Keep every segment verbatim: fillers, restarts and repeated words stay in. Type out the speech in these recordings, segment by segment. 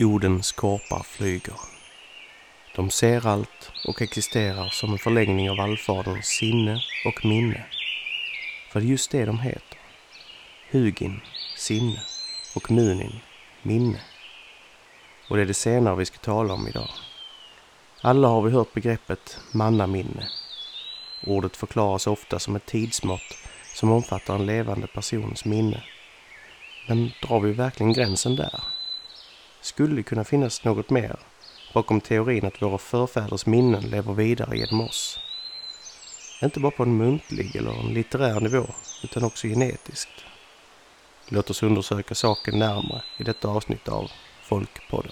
Jordens korpar flyger. De ser allt och existerar som en förlängning av allfaderns sinne och minne. För det är just det de heter. Hugin, sinne och Munin, minne. Och det är det senare vi ska tala om idag. Alla har vi hört begreppet mannaminne. Ordet förklaras ofta som ett tidsmått som omfattar en levande persons minne. Men drar vi verkligen gränsen där? Skulle det kunna finnas något mer bakom teorin att våra förfäders minnen lever vidare genom oss? Inte bara på en muntlig eller en litterär nivå, utan också genetiskt. Låt oss undersöka saken närmare i detta avsnitt av Folkpodden.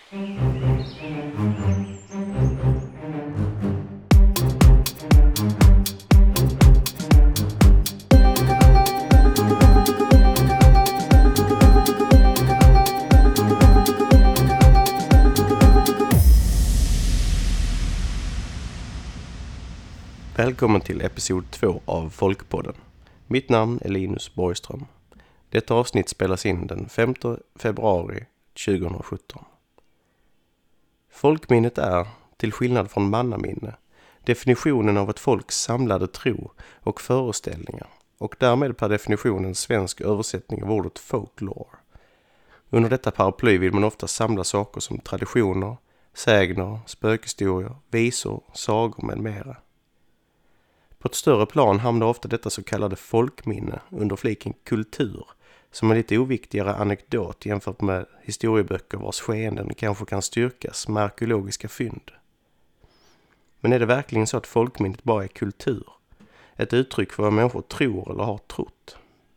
Välkommen till episod två av Folkpodden. Mitt namn är Linus Borgström. Detta avsnitt spelas in den femte februari tjugohundrasjutton. Folkminnet är, till skillnad från mannaminne, definitionen av ett folks samlade tro och föreställningar och därmed per definition en svensk översättning av ordet folklore. Under detta paraply vill man ofta samla saker som traditioner, sägner, spökhistorier, visor, sagor med mera. På ett större plan hamnar ofta detta så kallade folkminne under fliken kultur, som en lite oviktigare anekdot jämfört med historieböcker vars skeenden kanske kan styrkas med arkeologiska fynd. Men är det verkligen så att folkminnet bara är kultur? Ett uttryck för vad människor tror eller har trott?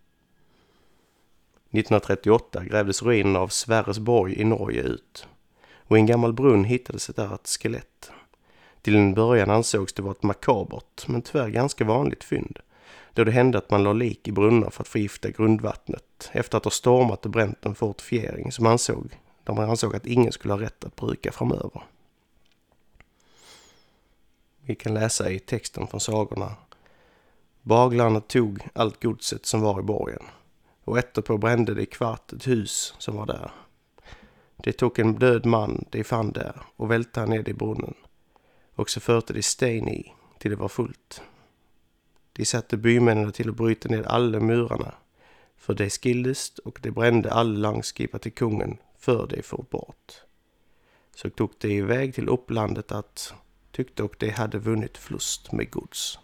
nittonhundratrettioåtta grävdes ruinerna av Sverresborg i Norge ut, och i en gammal brunn hittades ett där ett skelett. Till en början ansågs det vara ett makabert, men tyvärr ganska vanligt fynd, då det hände att man la lik i brunnar för att förgifta grundvattnet efter att ha stormat och bränt en fortifiering som ansåg, där man ansåg att ingen skulle ha rätt att bruka framöver. Vi kan läsa i texten från sagorna. Baglarna tog allt godset som var i borgen, och efterpå brände det i kvart ett hus som var där. Det tog en död man, det fann där, och välte han ned i brunnen. Och så förde de sten i till det var fullt. De satte bymännen till att bryta ner alla murarna, för det skildest och det brände alla langskipar till kungen för det for bort. Så tog de iväg till upplandet att tyckte och de hade vunnit flust med gods.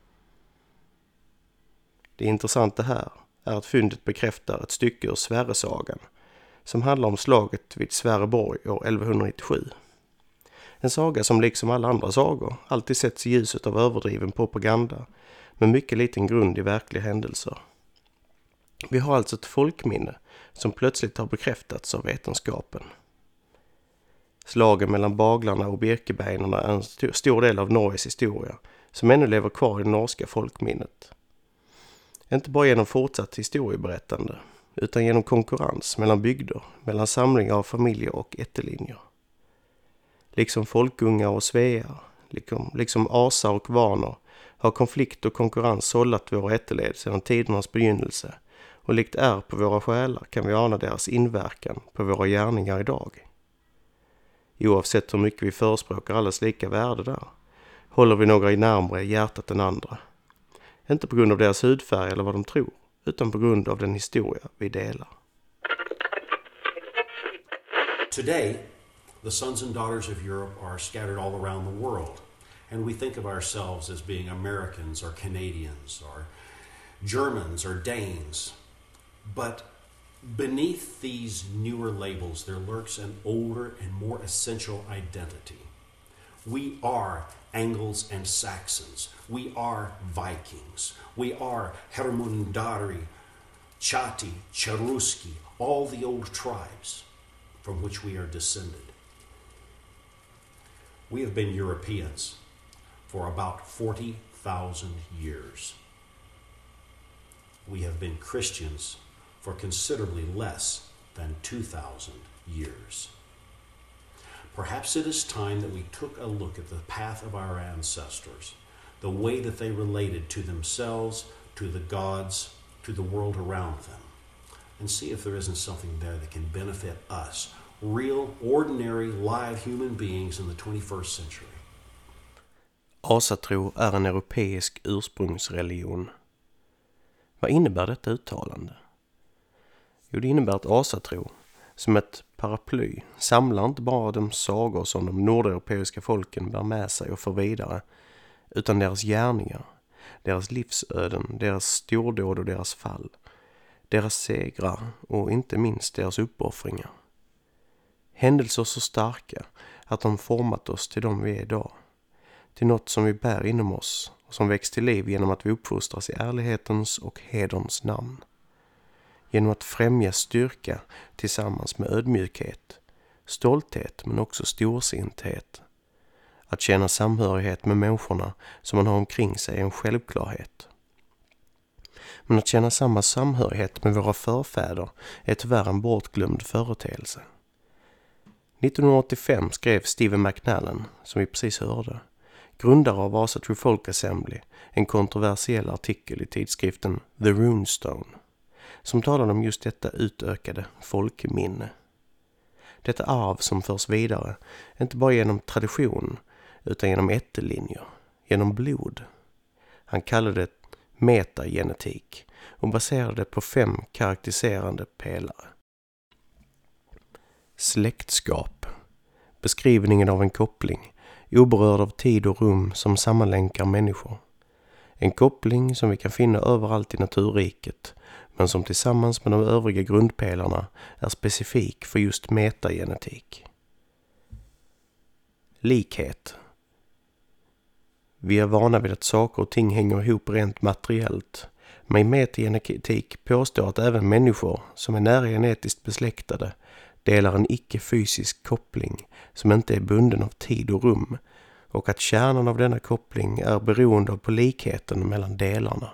Det intressanta här är att fyndet bekräftar ett stycke ur Sverresagan som handlar om slaget vid Sverreborg år elvahundranittiosju. En saga som liksom alla andra sagor alltid sätts i ljuset av överdriven propaganda med mycket liten grund i verkliga händelser. Vi har alltså ett folkminne som plötsligt har bekräftats av vetenskapen. Slagen mellan Baglarna och Birkebeiner är en st- stor del av Norges historia som ännu lever kvar i det norska folkminnet. Inte bara genom fortsatt historieberättande utan genom konkurrens mellan bygder, mellan samlingar av familjer och ättelinjer. Liksom folkungar och svear, liksom, liksom asar och vanor, har konflikt och konkurrens sållat våra ätteled sedan tidernas begynnelse, och likt är på våra själar kan vi ana deras inverkan på våra gärningar idag. Oavsett hur mycket vi förespråkar allas lika värde där, håller vi några i närmare hjärtat än andra. Inte på grund av deras hudfärg eller vad de tror, utan på grund av den historia vi delar. Today, the sons and daughters of Europe are scattered all around the world, and we think of ourselves as being Americans or Canadians or Germans or Danes. But beneath these newer labels, there lurks an older and more essential identity. We are Angles and Saxons. We are Vikings. We are Hermundari, Chatti, Cheruski, all the old tribes from which we are descended. We have been Europeans for about forty thousand years. We have been Christians for considerably less than two thousand years. Perhaps it is time that we took a look at the path of our ancestors, the way that they related to themselves, to the gods, to the world around them, and see if there isn't something there that can benefit us real, ordinary, live human beings in the twenty-first century. Asatro är en europeisk ursprungsreligion. Vad innebär detta uttalande? Jo, det innebär att asatro, som ett paraply, samlar inte bara de sagor som de nordeuropeiska folken bär med sig och för vidare, utan deras gärningar, deras livsöden, deras stordåd och deras fall, deras segrar och inte minst deras uppoffringar. Händelser så starka att de format oss till de vi är idag, till något som vi bär inom oss och som väcks till liv genom att vi uppfostras i ärlighetens och hederns namn. Genom att främja styrka tillsammans med ödmjukhet, stolthet men också storsinthet. Att känna samhörighet med människorna som man har omkring sig är en självklarhet. Men att känna samma samhörighet med våra förfäder är tyvärr en bortglömd företeelse. nittonhundraåttiofem skrev Stephen McNallen, som vi precis hörde, grundare av Asatru Folk Assembly, en kontroversiell artikel i tidskriften The Runestone, som talade om just detta utökade folkminne. Detta arv som förs vidare, inte bara genom tradition, utan genom ättelinjer, genom blod. Han kallade det metagenetik och baserade det på fem karaktäriserande pelare. Släktskap, beskrivningen av en koppling, oberörd av tid och rum som sammanlänkar människor. En koppling som vi kan finna överallt i naturriket, men som tillsammans med de övriga grundpelarna är specifik för just metagenetik. Likhet. Vi är vana vid att saker och ting hänger ihop rent materiellt, men i metagenetik påstår att även människor som är nära genetiskt besläktade delar en icke-fysisk koppling som inte är bunden av tid och rum, och att kärnan av denna koppling är beroende av på likheten mellan delarna.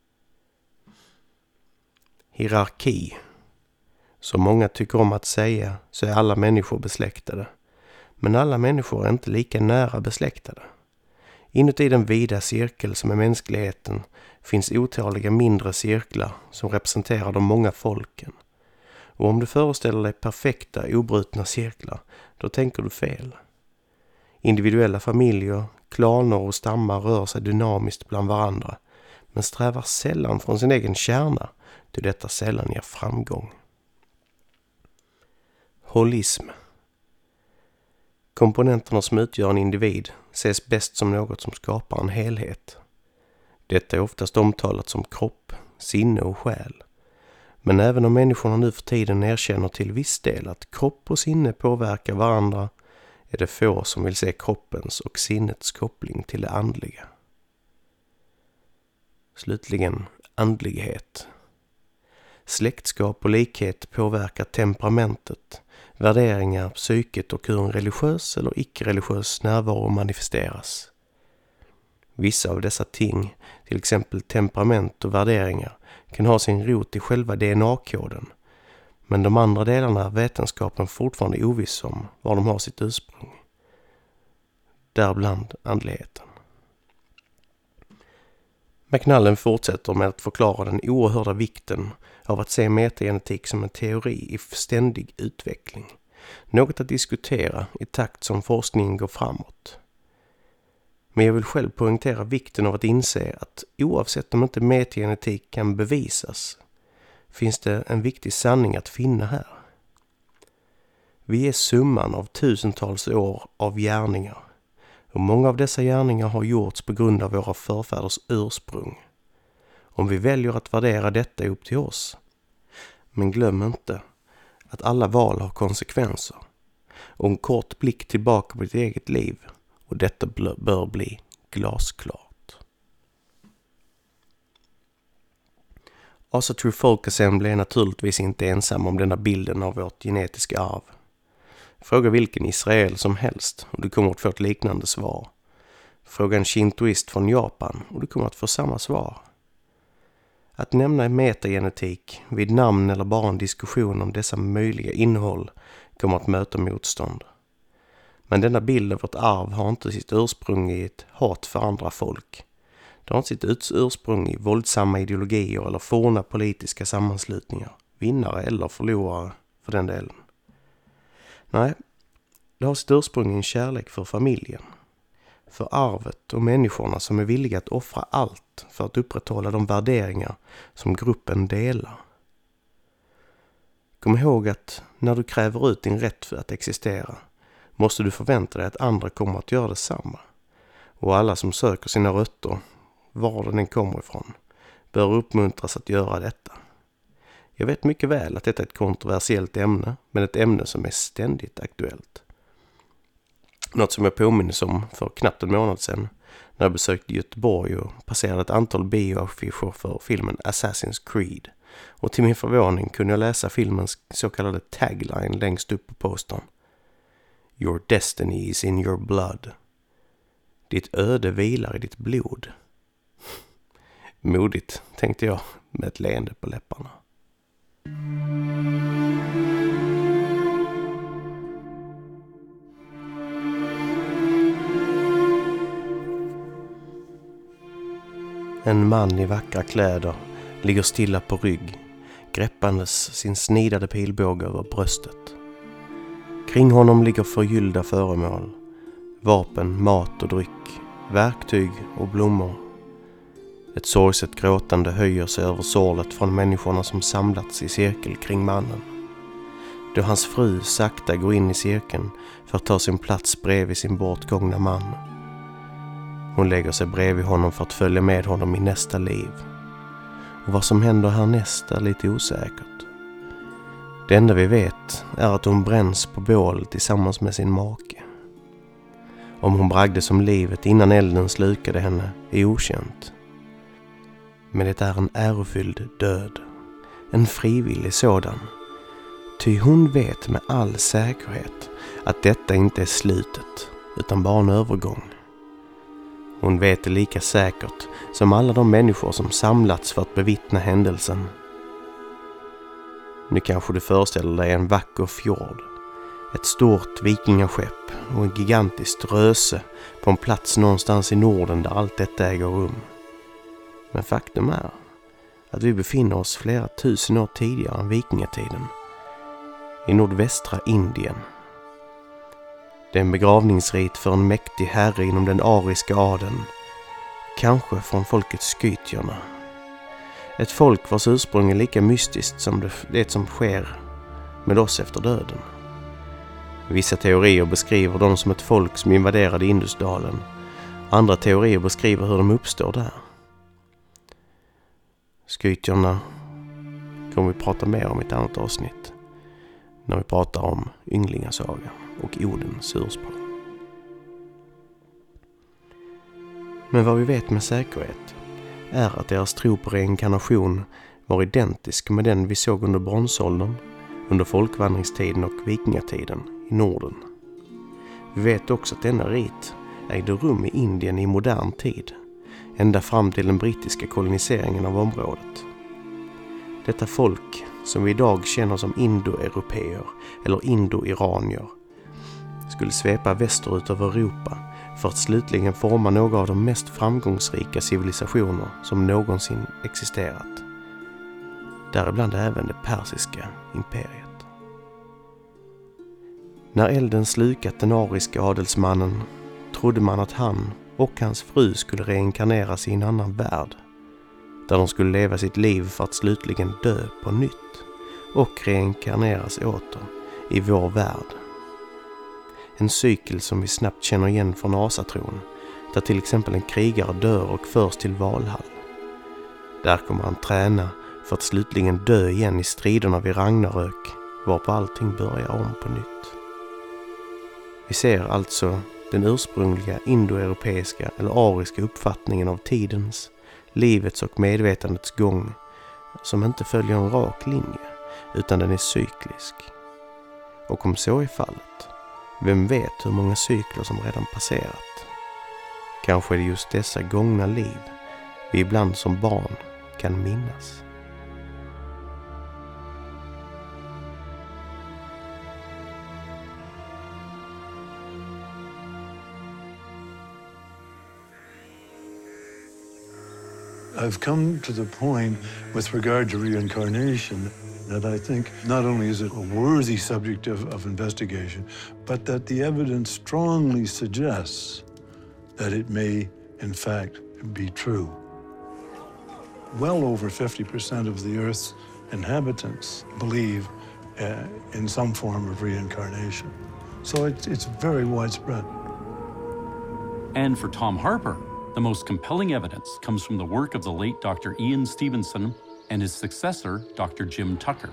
Hierarki. Som många tycker om att säga så är alla människor besläktade, men alla människor är inte lika nära besläktade. Inuti den vida cirkel som är mänskligheten finns otaliga mindre cirklar som representerar de många folken. Och om du föreställer dig perfekta, obrutna cirklar, då tänker du fel. Individuella familjer, klaner och stammar rör sig dynamiskt bland varandra, men strävar sällan från sin egen kärna, till detta sällan ger framgång. Holism. Komponenterna som utgör en individ ses bäst som något som skapar en helhet. Detta är oftast omtalat som kropp, sinne och själ. Men även om människorna nu för tiden erkänner till viss del att kropp och sinne påverkar varandra, är det få som vill se kroppens och sinnets koppling till det andliga. Slutligen, andlighet. Släktskap och likhet påverkar temperamentet, värderingar, psyket och hur en religiös eller icke-religiös närvaro manifesteras. Vissa av dessa ting, till exempel temperament och värderingar, kan ha sin rot i själva D N A-koden, men de andra delarna är vetenskapen fortfarande oviss om var de har sitt ursprung. Däribland andligheten. McNallen fortsätter med att förklara den oerhörda vikten av att se metagenetik som en teori i ständig utveckling. Något att diskutera i takt som forskningen går framåt. Men jag vill själv poängtera vikten av att inse att oavsett om inte metagenetik kan bevisas, finns det en viktig sanning att finna här. Vi är summan av tusentals år av gärningar, och många av dessa gärningar har gjorts på grund av våra förfäders ursprung. Om vi väljer att värdera detta upp till oss. Men glöm inte att alla val har konsekvenser, och en kort blick tillbaka på ditt eget liv, och detta bör bli glasklart. Asatru Folk Assembly är naturligtvis inte ensam om denna bilden av vårt genetiska arv. Fråga vilken israel som helst och du kommer att få ett liknande svar. Fråga en shintoist från Japan och du kommer att få samma svar. Att nämna metagenetik vid namn eller bara en diskussion om dessa möjliga innehåll kommer att möta motstånd. Men denna bild av vårt arv har inte sitt ursprung i ett hat för andra folk. Det har inte sitt ursprung i våldsamma ideologier eller forna politiska sammanslutningar, vinnare eller förlorare för den delen. Nej, det har sitt ursprung i en kärlek för familjen. För arvet och människorna som är villiga att offra allt för att upprätthålla de värderingar som gruppen delar. Kom ihåg att när du kräver ut din rätt för att existera måste du förvänta dig att andra kommer att göra detsamma. Och alla som söker sina rötter, var den än kommer ifrån, bör uppmuntras att göra detta. Jag vet mycket väl att detta är ett kontroversiellt ämne, men ett ämne som är ständigt aktuellt. Något som jag påminns om för knappt en månad sedan när jag besökte Göteborg och passerade ett antal bioaffischer för filmen Assassin's Creed. Och till min förvåning kunde jag läsa filmens så kallade tagline längst upp på postern. Your destiny is in your blood. Ditt öde vilar i ditt blod. Modigt, tänkte jag med ett leende på läpparna. En man i vackra kläder ligger stilla på rygg, greppandes sin snidade pilbåge över bröstet. Kring honom ligger förgyllda föremål, vapen, mat och dryck, verktyg och blommor. Ett sorgset gråtande höjer sig över sålet från människorna som samlats i cirkel kring mannen. Då hans fru sakta går in i cirkeln för att ta sin plats bredvid sin bortgångna man. Hon lägger sig bredvid honom för att följa med honom i nästa liv. Och vad som händer härnäst är lite osäkert. Det enda vi vet är att hon bränns på bål tillsammans med sin make. Om hon bragdes om livet innan elden slukade henne är okänt. Men det är en ärofylld död. En frivillig sådan. Ty hon vet med all säkerhet att detta inte är slutet utan bara en övergång. Hon vet det lika säkert som alla de människor som samlats för att bevittna händelsen. Nu kanske du föreställer dig en vacker fjord, ett stort vikingaskepp och en gigantisk röse på en plats någonstans i Norden där allt detta äger rum. Men faktum är att vi befinner oss flera tusen år tidigare än vikingatiden, i nordvästra Indien. Det är en begravningsrit för en mäktig herre inom den ariska adeln, kanske från folket skytierna. Ett folk vars ursprung är lika mystiskt som det, det som sker med oss efter döden. Vissa teorier beskriver dem som ett folk som invaderade Indusdalen. Andra teorier beskriver hur de uppstår där. Skytierna kommer vi prata mer om i ett annat avsnitt, när vi pratar om Ynglingasagan och Odens ursprung. Men vad vi vet med säkerhet är att deras tro på reinkarnation var identisk med den vi såg under bronsåldern, under folkvandringstiden och vikingatiden i Norden. Vi vet också att denna rit ägde rum i Indien i modern tid, ända fram till den brittiska koloniseringen av området. Detta folk, som vi idag känner som indoeuropeer eller indo-iranier, skulle svepa västerut över Europa för att slutligen forma några av de mest framgångsrika civilisationer som någonsin existerat. Däribland även det persiska imperiet. När elden slukat den ariska adelsmannen trodde man att han och hans fru skulle reinkarneras i en annan värld, där de skulle leva sitt liv för att slutligen dö på nytt och reinkarneras åter i vår värld. En cykel som vi snabbt känner igen från asatron, där till exempel en krigare dör och förs till Valhall. Där kommer han träna för att slutligen dö igen i striderna vid Ragnarök, varpå allting börjar om på nytt. Vi ser alltså den ursprungliga indoeuropeiska eller ariska uppfattningen av tidens, livets och medvetandets gång som inte följer en rak linje, utan den är cyklisk. Och om så är fallet, vem vet hur många cykler som redan passerat? Kanske är det just dessa gångna liv vi ibland som barn kan minnas. I've come to the point with regard to reincarnation And I think not only is it a worthy subject of, of investigation, but that the evidence strongly suggests that it may, in fact, be true. Well over fifty percent of the Earth's inhabitants believe uh, in some form of reincarnation. So it's, it's very widespread. And for Tom Harper, the most compelling evidence comes from the work of the late Doctor Ian Stevenson and his successor, Doctor Jim Tucker.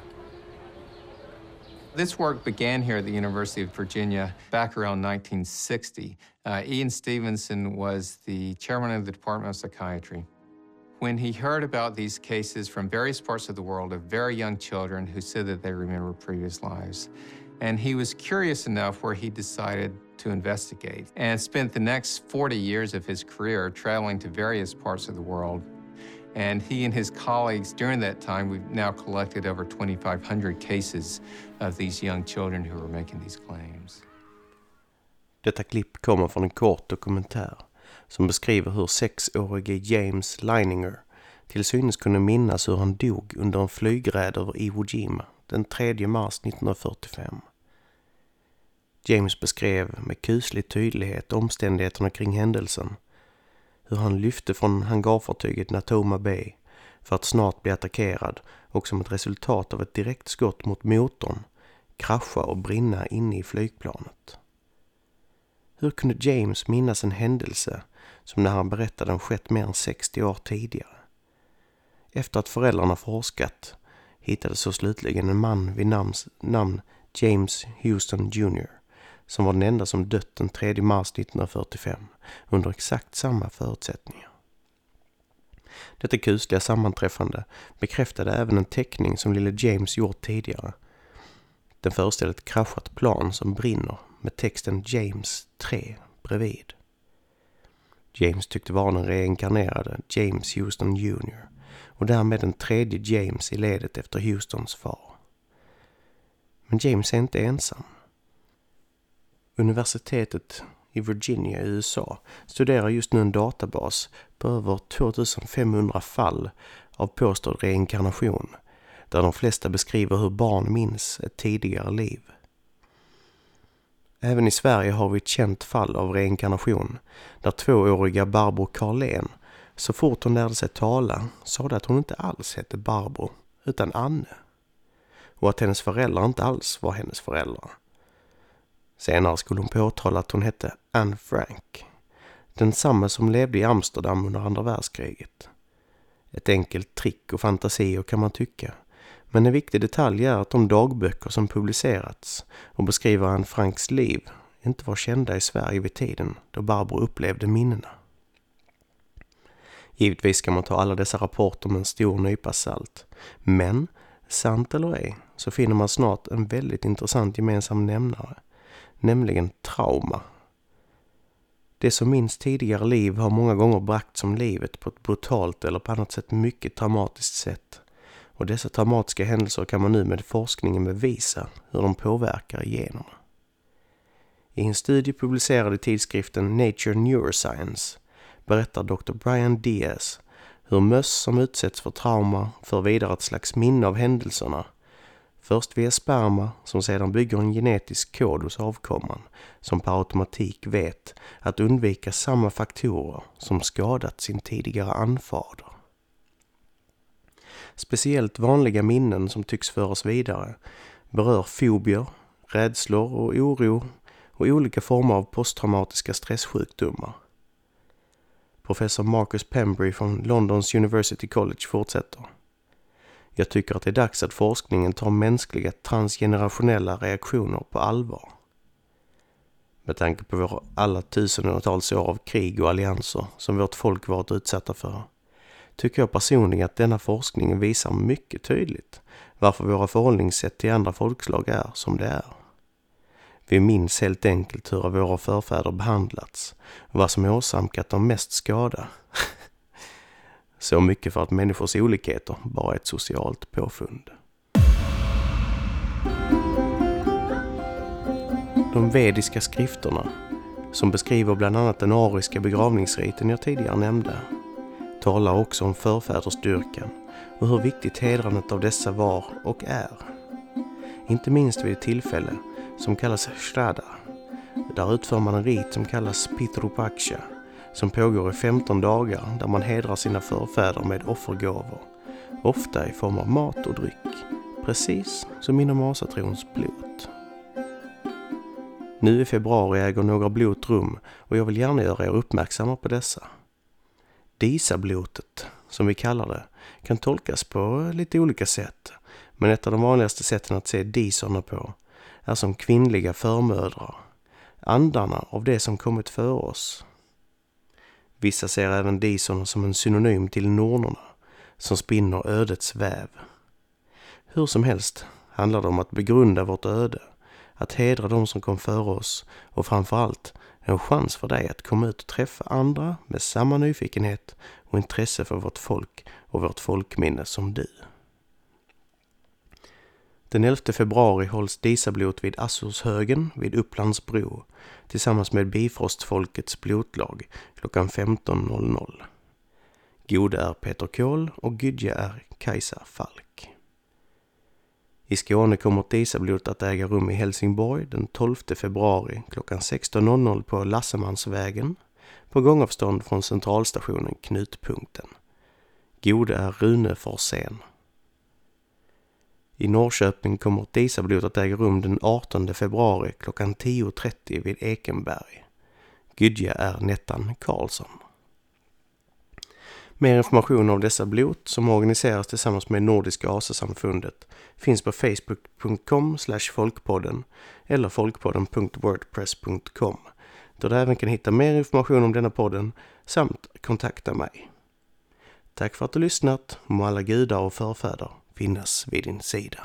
This work began here at the University of Virginia back around nineteen sixty. Uh, Ian Stevenson was the chairman of the Department of Psychiatry. When he heard about these cases from various parts of the world of very young children who said that they remember previous lives, and he was curious enough where he decided to investigate and spent the next forty years of his career traveling to various parts of the world. And he and his colleagues during that time, we've now collected over twenty-five hundred cases of these young children who are making these claims. Detta klipp kommer från en kort dokumentär som beskriver hur sexårige James Leininger till synes kunde minnas hur han dog under en flygräd över Iwo Jima den tredje mars nittonhundrafyrtiofem. James beskrev med kuslig tydlighet omständigheterna kring händelsen. Hur han lyfte från hangarfartyget Natoma Bay för att snart bli attackerad och som ett resultat av ett direkt skott mot motorn krascha och brinna inne i flygplanet. Hur kunde James minnas en händelse som när han berättade den skett mer än sextio år tidigare? Efter att föräldrarna forskat hittades så slutligen en man vid namn, namn James Houston junior som var den enda som dött den tredje mars nittonhundrafyrtiofem under exakt samma förutsättningar. Detta kusliga sammanträffande bekräftade även en teckning som lille James gjort tidigare. Den föreställde ett kraschat plan som brinner med texten James tre bredvid. James tyckte vara den reinkarnerade James Houston junior och därmed den tredje James i ledet efter Houstons far. Men James är inte ensam. Universitetet i Virginia i U S A studerar just nu en databas på över tvåtusenfemhundra fall av påstådd reinkarnation, där de flesta beskriver hur barn minns ett tidigare liv. Även i Sverige har vi ett känt fall av reinkarnation, där tvååriga Barbro Carlén, så fort hon lärde sig tala, sa att hon inte alls hette Barbro, utan Anne. Och att hennes föräldrar inte alls var hennes föräldrar. Senare skulle hon påtala att hon hette Anne Frank, densamma som levde i Amsterdam under andra världskriget. Ett enkelt trick och fantasier kan man tycka, men en viktig detalj är att de dagböcker som publicerats och beskriver Anne Franks liv inte var kända i Sverige vid tiden då Barbro upplevde minnena. Givetvis ska man ta alla dessa rapporter med en stor nypa salt, men sant eller ej så finner man snart en väldigt intressant gemensam nämnare, nämligen trauma. Det som minns tidigare liv har många gånger bragt som livet på ett brutalt eller på annat sätt mycket traumatiskt sätt. Och dessa traumatiska händelser kan man nu med forskningen bevisa hur de påverkar generna. I en studie publicerad i tidskriften Nature Neuroscience berättar doktor Brian Diaz hur möss som utsätts för trauma för vidare ett slags minne av händelserna. Först via sperma som sedan bygger en genetisk kod hos avkomman som per automatik vet att undvika samma faktorer som skadat sin tidigare anfader. Speciellt vanliga minnen som tycks föras vidare berör fobier, rädslor och oro och olika former av posttraumatiska stresssjukdomar. Professor Marcus Pembry från Londons University College fortsätter. Jag tycker att det är dags att forskningen tar mänskliga transgenerationella reaktioner på allvar. Med tanke på våra alla tusentals år av krig och allianser som vårt folk varit utsatta för, tycker jag personligen att denna forskning visar mycket tydligt varför våra förhållningssätt till andra folkslag är som det är. Vi minns helt enkelt hur våra förfäder behandlats och vad som åsamkat dem mest skada. Så mycket för att människors olikheter bara är ett socialt påfund. De vediska skrifterna, som beskriver bland annat den ariska begravningsriten jag tidigare nämnde, talar också om förfädersdyrkan och hur viktigt hedrandet av dessa var och är. Inte minst vid ett tillfälle som kallas Shrada. Där utför man en rit som kallas Pitrupaksha, som pågår i femton dagar där man hedrar sina förfäder med offergåvor, ofta i form av mat och dryck, precis som inom asatrons blot. Nu i februari äger några blot rum och jag vill gärna göra er uppmärksamma på dessa. Disa-blotet, som vi kallar det, kan tolkas på lite olika sätt, men ett av de vanligaste sätten att se disorna på är som kvinnliga förmödrar, andarna av det som kommit före oss. Vissa ser även disorna som en synonym till nornorna, som spinner ödets väv. Hur som helst handlar det om att begrunda vårt öde, att hedra de som kom före oss och framförallt en chans för dig att komma ut och träffa andra med samma nyfikenhet och intresse för vårt folk och vårt folkminne som du. Den elfte februari hålls Disablot vid Assurshögen vid Upplands bro tillsammans med Bifrostfolkets blotlag klockan femton noll noll. Gode är Peter Kohl och Gudja är Kajsa Falk. I Skåne kommer Disablot att äga rum i Helsingborg den tolfte februari klockan sexton noll noll på Lassemansvägen på gångavstånd från centralstationen Knutpunkten. Gode är Rune Forsén. I Norrköping kommer Disablot att äga rum den artonde februari klockan tio trettio vid Ekenberg. Gudja är Nettan Karlsson. Mer information om dessa blot som organiseras tillsammans med Nordiska asasamfundet finns på facebook punkt com slash folkpodden eller folkpodden punkt wordpress punkt com, där du även kan hitta mer information om denna podden samt kontakta mig. Tack för att du lyssnat, må alla gudar och förfäder finnas vid din sida.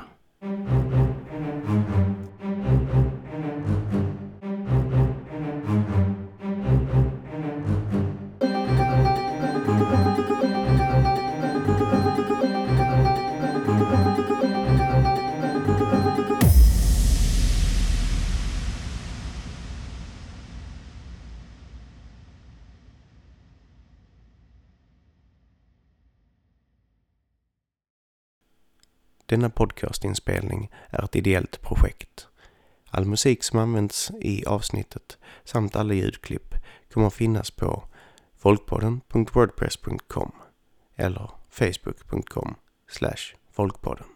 Denna podcastinspelning är ett ideellt projekt. All musik som används i avsnittet samt alla ljudklipp kommer att finnas på folkpodden punkt wordpress punkt com eller facebook punkt com slash folkpodden.